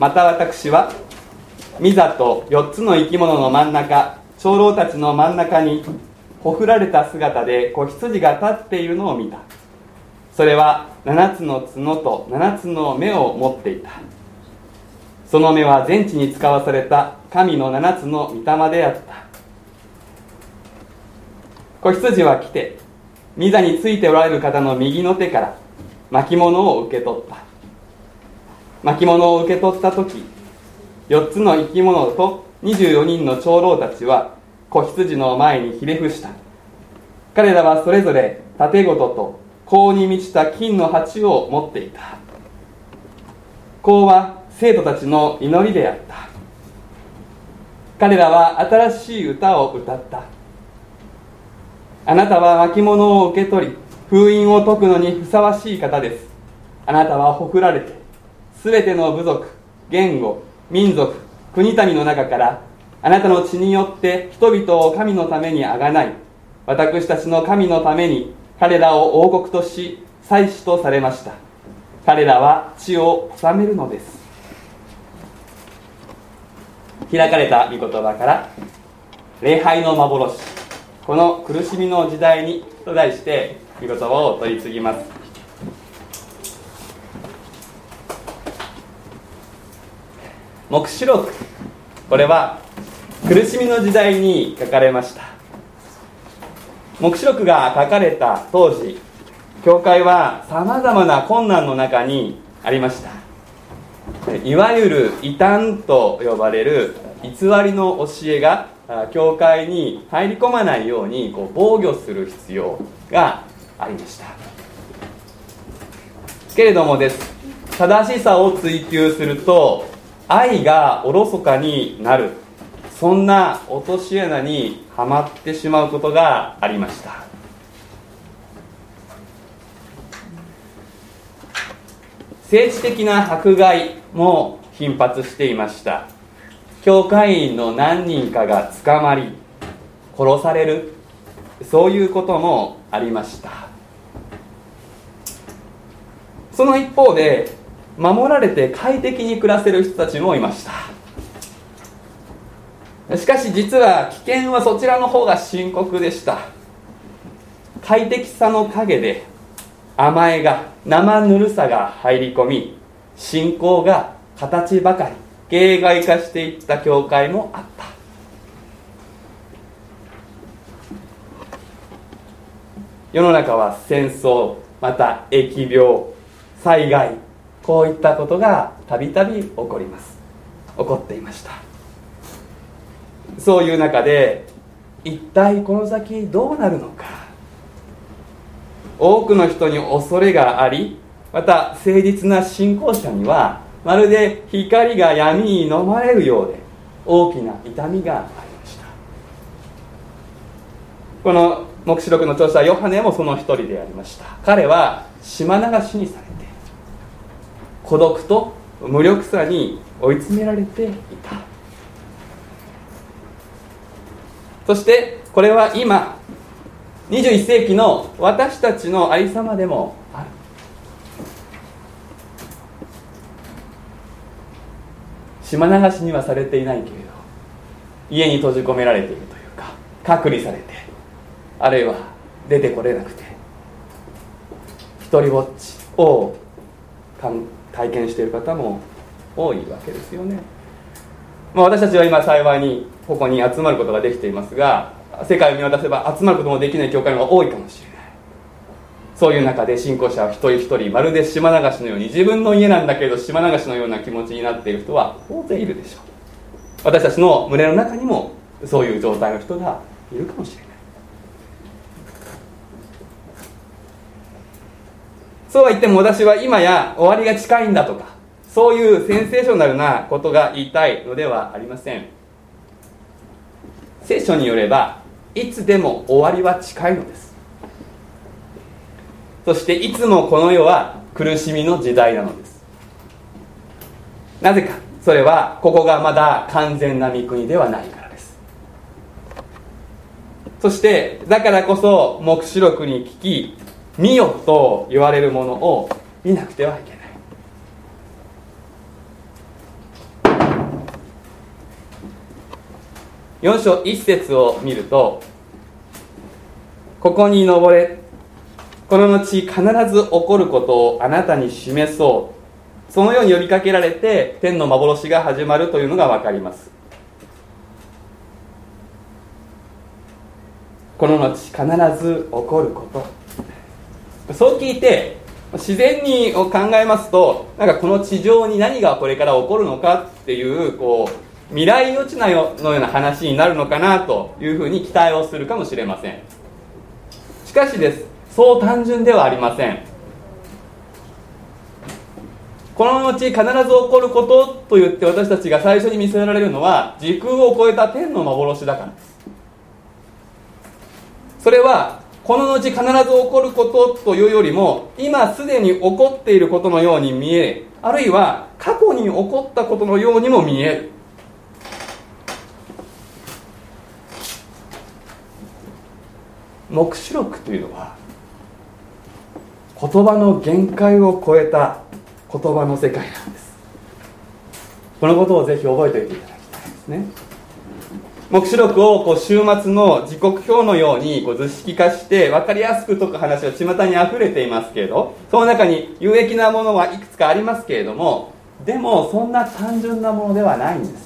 また私は御座と4つの生き物の真ん中、長老たちの真ん中にほふられた姿で子羊が立っているのを見た。それは7つの角と7つの目を持っていた。その目は全地に使わされた神の7つの御霊であった。子羊は来て御座についておられる方の右の手から巻物を受け取った。巻物を受け取ったとき、4つの生き物と24人の長老たちは子羊の前にひれ伏した。彼らはそれぞれ盾ごとと香に満ちた金の鉢を持っていた。香は生徒たちの祈りであった。彼らは新しい歌を歌った。あなたは巻物を受け取り、封印を解くのにふさわしい方です。あなたはほふられて、すべての部族、言語、民族、国民の中から、あなたの血によって人々を神のためにあがない、私たちの神のために彼らを王国とし、祭司とされました。彼らは地を治めるのです。開かれた御言葉から礼拝の幻、この苦しみの時代にと題して御言葉を取り次ぎます。黙示録、これは苦しみの時代に書かれました。黙示録が書かれた当時、教会はさまざまな困難の中にありました。いわゆる異端と呼ばれる偽りの教えが教会に入り込まないように防御する必要がありました。けれどもです、正しさを追求すると愛がおろそかになる、そんな落とし穴にはまってしまうことがありました。政治的な迫害も頻発していました。教会員の何人かが捕まり殺される、そういうこともありました。その一方で守られて快適に暮らせる人たちもいました。しかし実は危険はそちらの方が深刻でした。快適さの陰で甘えが、生ぬるさが入り込み、信仰が形ばかり形骸化していった教会もあった。世の中は戦争、また疫病、災害、こういったことがたびたび起こっていました。そういう中で一体この先どうなるのか、多くの人に恐れがあり、また誠実な信仰者にはまるで光が闇に飲まれるようで大きな痛みがありました。この黙示録の著者ヨハネもその一人でありました。彼は島流しにされて孤独と無力さに追い詰められていた。そしてこれは今21世紀の私たちのありさまでもある。島流しにはされていないけれど、家に閉じ込められているというか、隔離されて、あるいは出てこれなくて一人ぼっちを体験している方も多いわけですよね。私たちは今幸いにここに集まることができていますが、世界を見渡せば集まることもできない教会の方が多いかもしれない。そういう中で信仰者は一人一人まるで島流しのように、自分の家なんだけど島流しのような気持ちになっている人は大勢いるでしょう。私たちの胸の中にもそういう状態の人がいるかもしれない。そうは言っても私は今や終わりが近いんだとか、そういうセンセーショナルなことが言いたいのではありません。聖書によればいつでも終わりは近いのです。そしていつもこの世は苦しみの時代なのです。なぜか、それはここがまだ完全な御国ではないからです。そしてだからこそ黙示録に聞き、見よと言われるものを見なくてはいけない。 4章1節を見ると、ここに登れ、この後必ず起こることをあなたに示そう、そのように呼びかけられて天の幻が始まるというのが分かります。この後必ず起こること、そう聞いて自然に考えますと、なんかこの地上に何がこれから起こるのかっていう、未来予知のような話になるのかなというふうに期待をするかもしれません。しかしです、そう単純ではありません。この後必ず起こることと言って私たちが最初に見せられるのは、時空を超えた天の幻だからです。それはこの後必ず起こることというよりも、今すでに起こっていることのように見え、あるいは過去に起こったことのようにも見える。黙示録というのは言葉の限界を超えた言葉の世界なんです。このことをぜひ覚えておいていただきたいですね。黙示録を週末の時刻表のように図式化して分かりやすく解く話は巷にあふれていますけれど、その中に有益なものはいくつかありますけれども、でもそんな単純なものではないんです。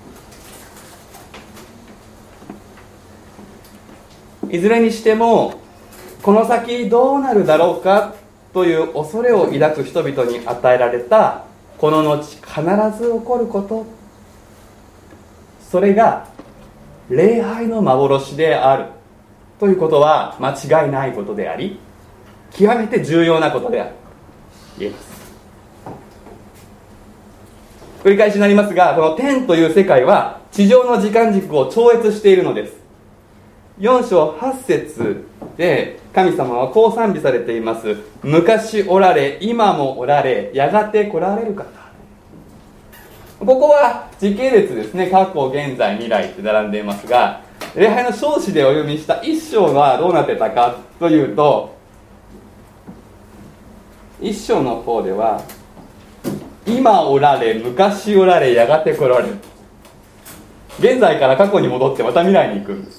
いずれにしてもこの先どうなるだろうかという恐れを抱く人々に与えられたこの後必ず起こること、それが礼拝の幻であるということは間違いないことであり、極めて重要なことであると言えます。繰り返しになりますが、この天という世界は地上の時間軸を超越しているのです。4章8節で神様はこう賛美されています。昔おられ、今もおられ、やがて来られる方。ここは時系列ですね。過去、現在、未来って並んでいますが、礼拝の章子でお読みした1章はどうなってたかというと、1章の方では今おられ、昔おられ、やがて来られる。現在から過去に戻ってまた未来に行くんです。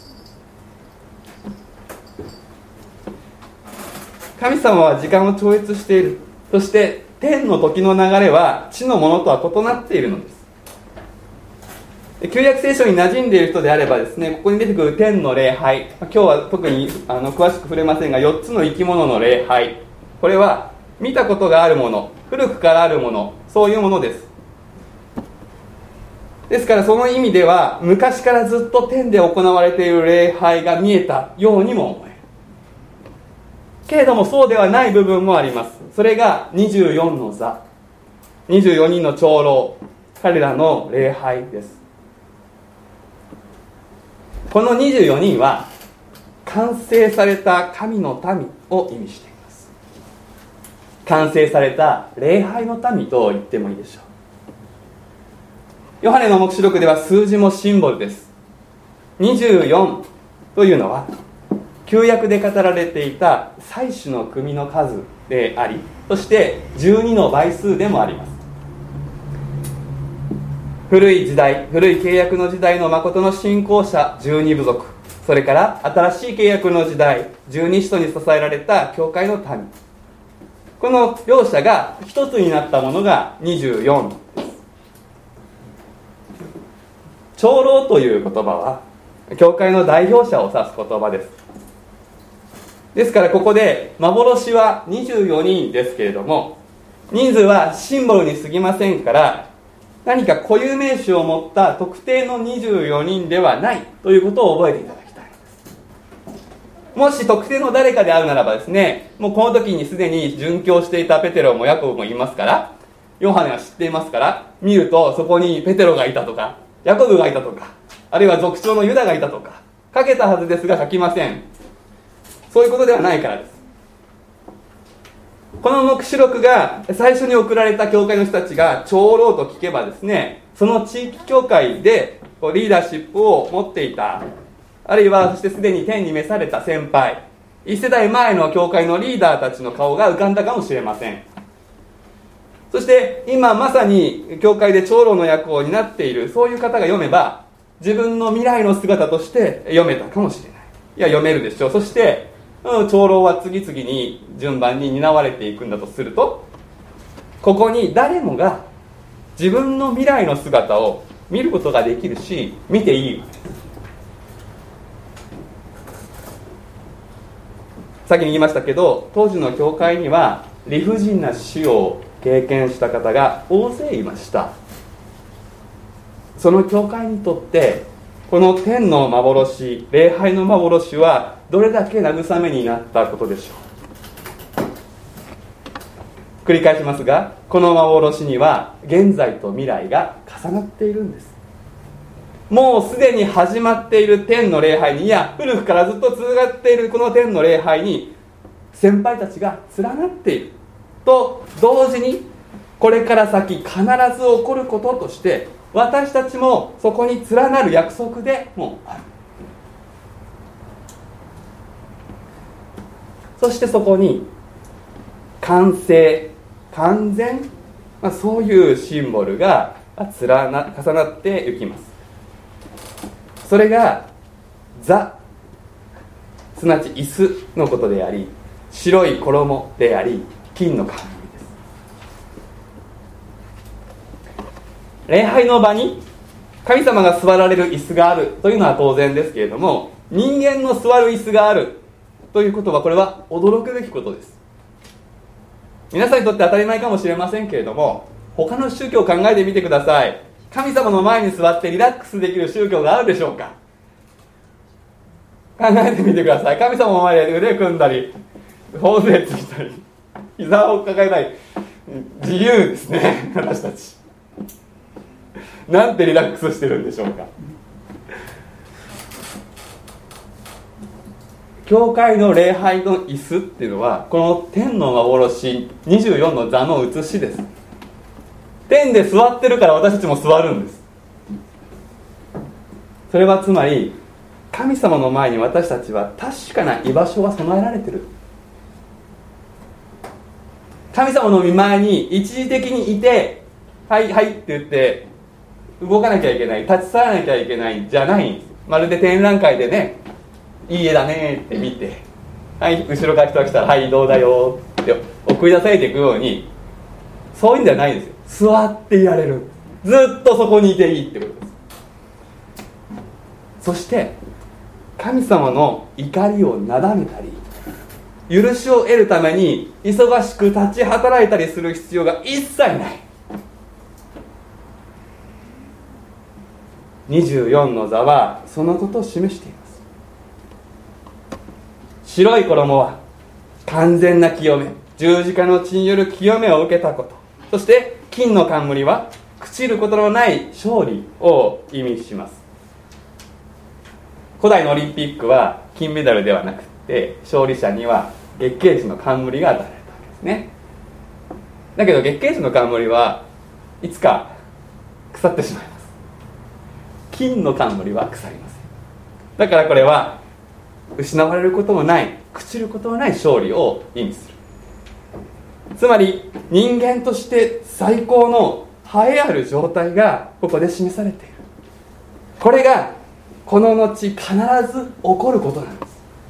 神様は時間を超越している。そして天の時の流れは地のものとは異なっているのです。旧約聖書に馴染んでいる人であればですね、ここに出てくる天の礼拝、今日は特に詳しく触れませんが、4つの生き物の礼拝、これは見たことがあるもの、古くからあるもの、そういうものです。ですからその意味では昔からずっと天で行われている礼拝が見えたようにも思えるけれども、そうではない部分もあります。それが24の座、24人の長老、彼らの礼拝です。この24人は完成された神の民を意味しています。完成された礼拝の民と言ってもいいでしょう。ヨハネの黙示録では数字もシンボルです。24というのは旧約で語られていた祭司の組の数であり、そして12の倍数でもあります。古い時代、古い契約の時代の誠の信仰者12部族、それから新しい契約の時代12使徒に支えられた教会の民、この両者が一つになったものが24です。長老という言葉は教会の代表者を指す言葉です。ですからここで幻は24人ですけれども、人数はシンボルに過ぎませんから、何か固有名詞を持った特定の24人ではないということを覚えていただきたいんです。もし特定の誰かであるならばですね、もうこの時にすでに殉教していたペテロもヤコブもいますから、ヨハネは知っていますから、見るとそこにペテロがいたとかヤコブがいたとか、あるいは族長のユダがいたとか書けたはずですが書きません。そういうことではないからです。この黙示録が最初に送られた教会の人たちが長老と聞けばですね、その地域教会でリーダーシップを持っていた、あるいはそしてすでに天に召された先輩、一世代前の教会のリーダーたちの顔が浮かんだかもしれません。そして今まさに教会で長老の役を担っているそういう方が読めば、 自分の未来の姿として読めたかもしれない。いや、読めるでしょう。そして、長老は次々に順番に担われていくんだとすると、ここに誰もが自分の未来の姿を見ることができるし、見ていいわけです。先に言いましたけど、当時の教会には理不尽な死を経験した方が大勢いました。その教会にとってこの天の幻、礼拝の幻はどれだけ慰めになったことでしょう。繰り返しますが、この幻には現在と未来が重なっているんです。もうすでに始まっている天の礼拝に、いや古くからずっと続がっているこの天の礼拝に先輩たちが連なっていると同時に、これから先必ず起こることとして私たちもそこに連なる約束でもある。そしてそこに完成、完全、そういうシンボルが重なっていきます。それが座、すなわち椅子のことであり、白い衣であり、金の冠です。礼拝の場に神様が座られる椅子があるというのは当然ですけれども、人間の座る椅子があるということは、これは驚くべきことです。皆さんにとって当たり前かもしれませんけれども、他の宗教を考えてみてください。神様の前に座ってリラックスできる宗教があるでしょうか。考えてみてください。神様の前で腕組んだり頬杖ついたり膝を抱えたり、自由ですね。私たちなんてリラックスしてるんでしょうか。教会の礼拝の椅子っていうのは、この天の幻24の座の写しです。天で座ってるから私たちも座るんです。それはつまり、神様の前に私たちは確かな居場所が備えられている。神様の御前に一時的にいて、はいはいって言って動かなきゃいけない、立ち去らなきゃいけないんじゃないんです。まるで展覧会でね、いい絵だねって見て、はい、後ろから人が来たら、はい、移動だよって送り出されていくように、そういうんじゃないんですよ。座っていられる。ずっとそこにいていいってことです。そして神様の怒りをなだめたり、許しを得るために忙しく立ち働いたりする必要が一切ない。24の座はそのことを示しています。白い衣は完全な清め、十字架の血による清めを受けたこと、そして金の冠は朽ちることのない勝利を意味します。古代のオリンピックは金メダルではなくて、勝利者には月桂樹の冠が与えられたわけですね。だけど月桂樹の冠はいつか腐ってしまいます。金の冠は腐りません。だからこれは失われることもない、朽ちることのない勝利を意味する。つまり人間として最高の栄えある状態がここで示されている。これがこの後必ず起こることなんです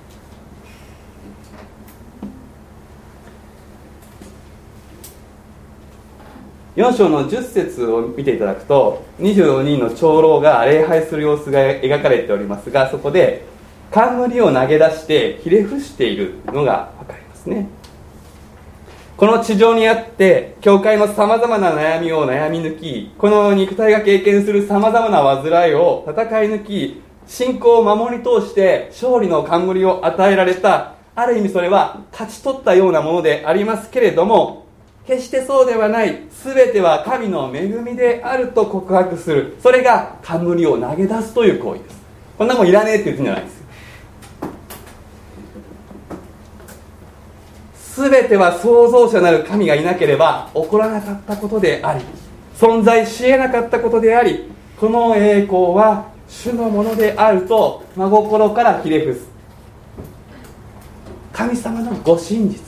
。4章の10節を見ていただくと、24人の長老が礼拝する様子が描かれておりますが、そこで冠を投げ出してひれ伏しているのが分かりますね。この地上にあって教会のさまざまな悩みを悩み抜き、この肉体が経験するさまざまな患いを戦い抜き、信仰を守り通して勝利の冠を与えられた、ある意味それは勝ち取ったようなものでありますけれども、決してそうではない、全ては神の恵みであると告白する。それが冠を投げ出すという行為です。こんなもんいらねえって言ってんじゃないですよ。全ては創造者なる神がいなければ起こらなかったことであり、存在し得なかったことであり、この栄光は主のものであると真心からひれ伏す。神様のご真実、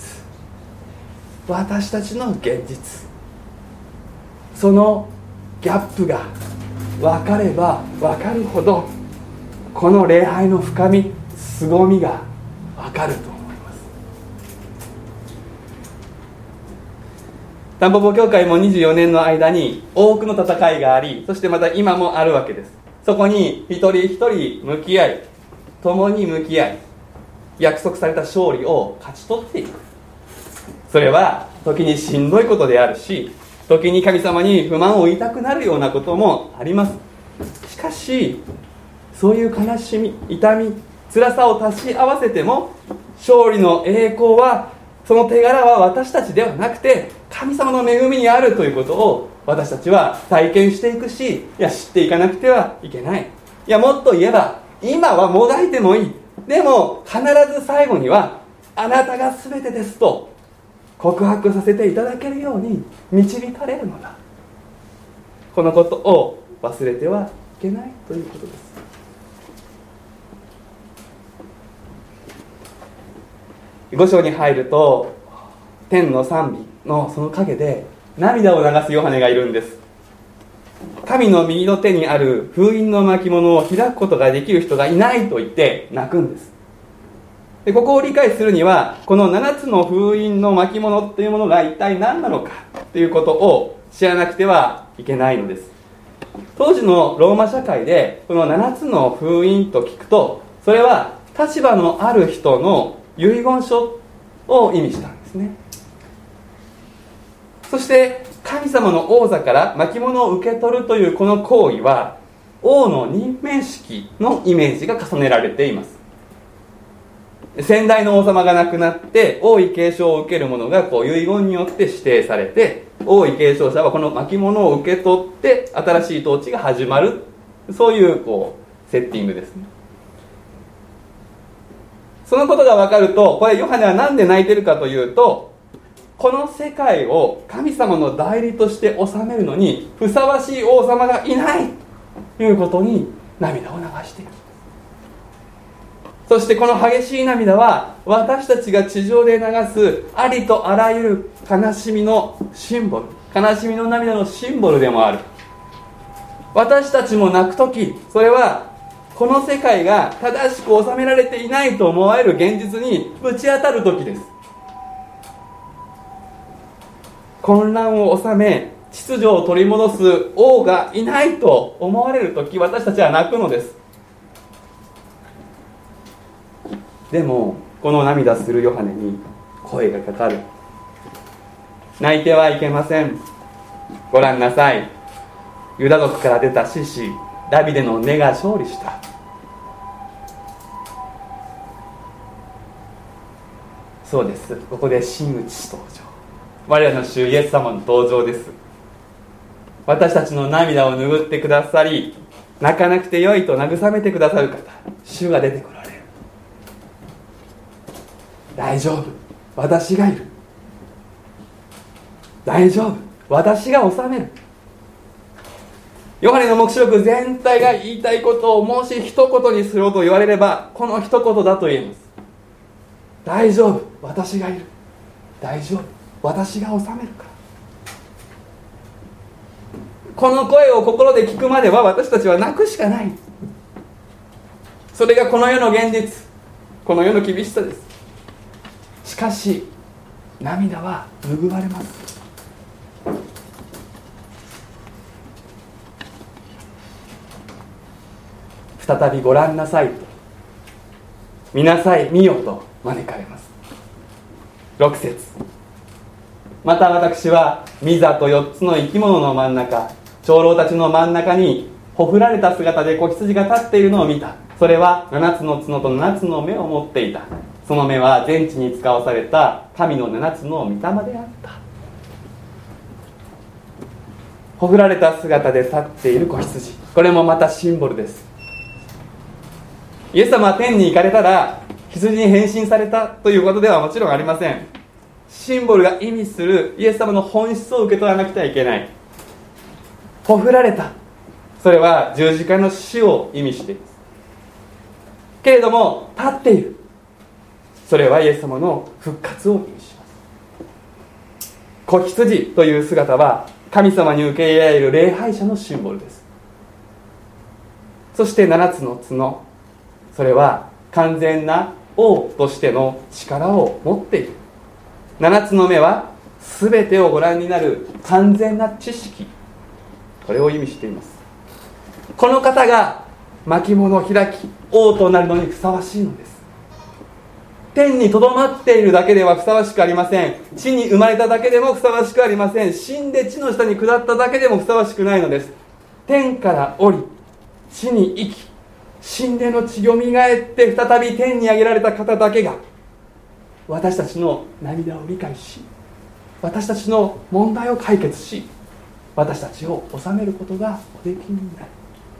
私たちの現実、そのギャップが分かれば分かるほど、この礼拝の深み、凄みが分かると思います。タンポポ教会も24年の間に多くの戦いがあり、そしてまた今もあるわけです。そこに一人一人向き合い、共に向き合い、約束された勝利を勝ち取っていく。それは時にしんどいことであるし、時に神様に不満を言いたくなるようなこともあります。しかし、そういう悲しみ、痛み、辛さを足し合わせても、勝利の栄光は、その手柄は私たちではなくて神様の恵みにあるということを私たちは体験していくし、知っていかなくてはいけない。もっと言えば、今はもがいてもいい、でも必ず最後にはあなたが全てですと告白させていただけるように導かれるのだ。このことを忘れてはいけないということです。5章に入ると、天の賛美のその陰で涙を流すヨハネがいるんです。神の右の手にある封印の巻物を開くことができる人がいないと言って泣くんです。で、ここを理解するには、この7つの封印の巻物というものが一体何なのかということを知らなくてはいけないのです。当時のローマ社会でこの7つの封印と聞くと、それは立場のある人の遺言書を意味したんですね。そして神様の王座から巻物を受け取るというこの行為は、王の任命式のイメージが重ねられています。先代の王様が亡くなって王位継承を受ける者が遺言によって指定されて、王位継承者はこの巻物を受け取って新しい統治が始まる、そういうセッティングですね。そのことが分かると、これヨハネは何で泣いてるかというと、この世界を神様の代理として治めるのにふさわしい王様がいないということに涙を流している。そしてこの激しい涙は、私たちが地上で流すありとあらゆる悲しみのシンボル、悲しみの涙のシンボルでもある。私たちも泣くとき、それはこの世界が正しく収められていないと思われる現実にぶち当たるときです。混乱を収め秩序を取り戻す王がいないと思われるとき、私たちは泣くのです。でもこの涙するヨハネに声がかかる。泣いてはいけません。ご覧なさい。ユダ族から出た獅子ダビデの根が勝利した。そうです。ここで真打ち登場。我らの主イエス様の登場です。私たちの涙を拭ってくださり、泣かなくてよいと慰めてくださる方、主が出てこられる。大丈夫、私がいる。大丈夫、私が治める。ヨハネの黙示録全体が言いたいことをもし一言にすると言われれば、この一言だと言えます。大丈夫、私がいる。大丈夫、私が治めるから。この声を心で聞くまでは私たちは泣くしかない。それがこの世の現実、この世の厳しさです。しかし涙は拭われます。再びご覧なさいと、見なさい、見よと招かれます。6節、また私は御座と4つの生き物の真ん中、長老たちの真ん中にほふられた姿で子羊が立っているのを見た。それは7つの角と7つの目を持っていた。その目は全地に使わされた神の7つの御霊であった。ほふられた姿で立っている子羊、これもまたシンボルです。イエス様は天に行かれたら羊に変身されたということではもちろんありません。シンボルが意味するイエス様の本質を受け取らなくてはいけない。ほふられた、それは十字架の死を意味しています。けれども立っている、それはイエス様の復活を意味します。子羊という姿は神様に受け入れられる礼拝者のシンボルです。 そして7つの角、それは完全な王としての力を持っている。7つの目は全てをご覧になる完全な知識、これを意味しています。この方が巻物を開き王となるのにふさわしいのです。天にとどまっているだけではふさわしくありません。地に生まれただけでもふさわしくありません。死んで地の下に下っただけでもふさわしくないのです。天から降り、地に生き、死んでの血よみがえって再び天に上げられた方だけが、私たちの涙を理解し、私たちの問題を解決し、私たちを治めることがおできになる。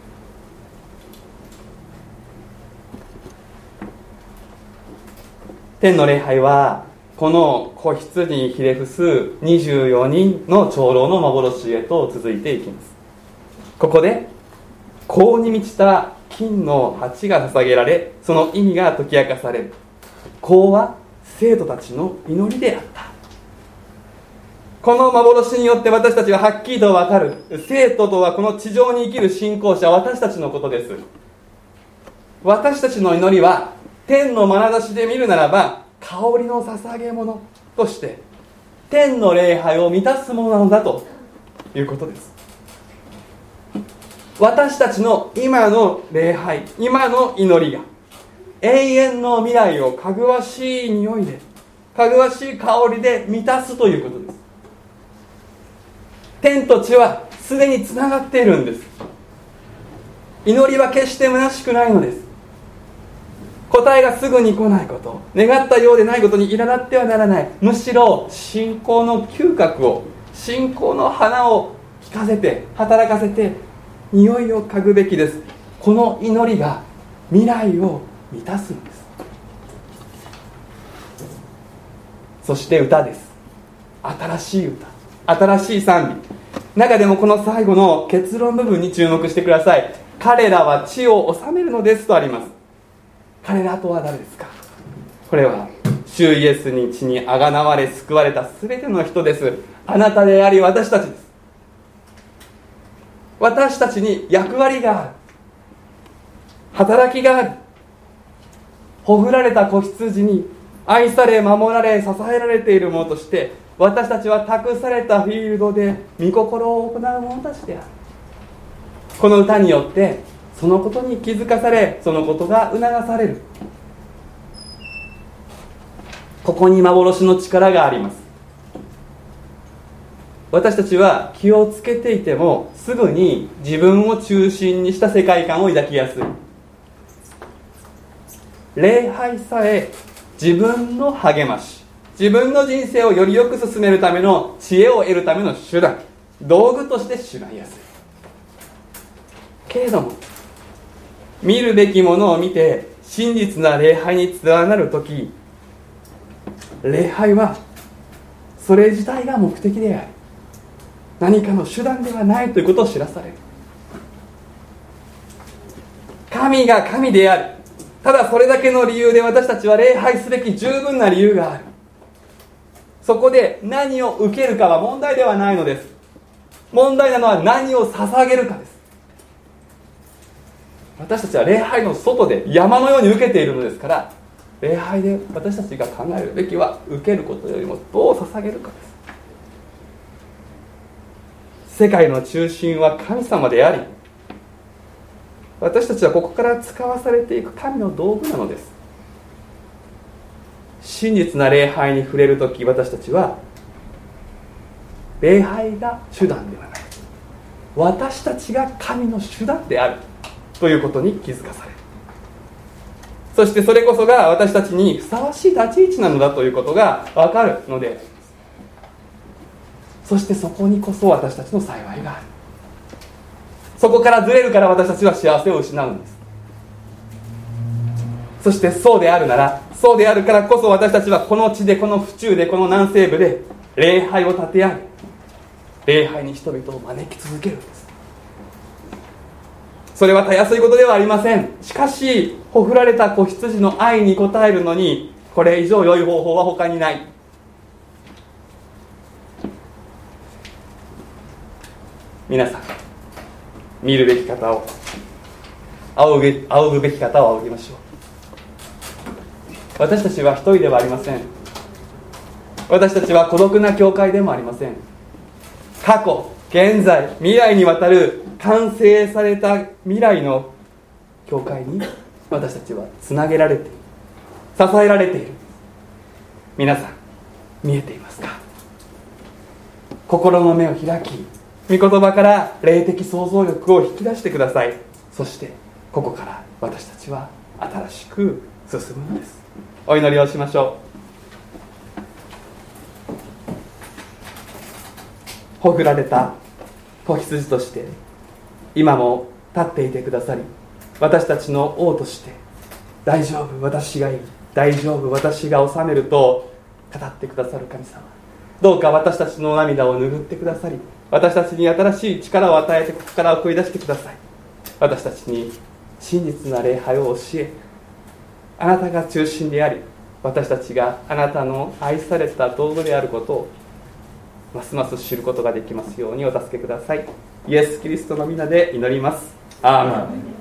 天の礼拝はこの子羊にひれ伏す24人の長老の幻へと続いていきます。ここで香に満ちた金の鉢が捧げられ、その意味が解き明かされる。香は生徒たちの祈りであった。この幻によって私たちははっきりと分かる。生徒とはこの地上に生きる信仰者、私たちのことです。私たちの祈りは天の眼差しで見るならば、香りの捧げ物として天の礼拝を満たすものなのだということです。私たちの今の礼拝、今の祈りが永遠の未来をかぐわしい匂いで、かぐわしい香りで満たすということです。天と地はすでにつながっているんです。祈りは決して虚しくないのです。答えがすぐに来ないこと、願ったようでないことに苛立ってはならない。むしろ信仰の嗅覚を、信仰の花を聞かせて、働かせて、匂いを嗅ぐべきです。この祈りが未来を満たすんです。そして歌です。新しい歌、新しい賛美。中でもこの最後の結論部分に注目してください。彼らは地を治めるのですとあります。彼らとは誰ですか。これは主イエスに血にあがなわれ救われたすべての人です。あなたであり私たちです。私たちに役割がある、働きがある。ほふられた子羊に愛され守られ支えられているものとして、私たちは託されたフィールドで御心を行う者たちである。この歌によってそのことに気づかされ、そのことが促される。ここに幻の力があります。私たちは気をつけていてもすぐに自分を中心にした世界観を抱きやすい。礼拝さえ自分の励まし、自分の人生をよりよく進めるための知恵を得るための手段、道具としてしまいやすい。けれども見るべきものを見て真実な礼拝に連なるとき、礼拝はそれ自体が目的であり、何かの手段ではないということを知らされる。神が神である。ただそれだけの理由で私たちは礼拝すべき十分な理由がある。そこで何を受けるかは問題ではないのです。問題なのは何を捧げるかです。私たちは礼拝の外で山のように受けているのですから、礼拝で私たちが考えるべきは受けることよりもどう捧げるかです。世界の中心は神様であり、私たちはここから使わされていく神の道具なのです。真実な礼拝に触れるとき、私たちは礼拝が手段ではない、私たちが神の手段であるということに気づかされる。そしてそれこそが私たちにふさわしい立ち位置なのだということが分かるのであります。そしてそこにこそ私たちの幸いがある。そこからずれるから私たちは幸せを失うんです。そしてそうであるなら、そうであるからこそ私たちはこの地で、この府中で、この南西部で礼拝を立て上げ、礼拝に人々を招き続けるんです。それはたやすいことではありません。しかしほふられた子羊の愛に応えるのに、これ以上良い方法は他にない。皆さん、見るべき方を仰ぐべき方を仰ぎましょう。私たちは一人ではありません。私たちは孤独な教会でもありません。過去、現在、未来にわたる完成された未来の教会に私たちはつなげられている、支えられている。皆さん見えていますか？心の目を開き、御言葉から霊的想像力を引き出してください。そしてここから私たちは新しく進むのです。お祈りをしましょう。ほふられた子羊として今も立っていてくださり、私たちの王として大丈夫、私がいる、大丈夫、私が治めると語ってくださる神様、どうか私たちの涙を拭ってくださり、私たちに新しい力を与えて力を繰り出してください。私たちに真実な礼拝を教え、あなたが中心であり、私たちがあなたの愛された道具であることをますます知ることができますようにお助けください。イエス・キリストの皆で祈ります。アーメン。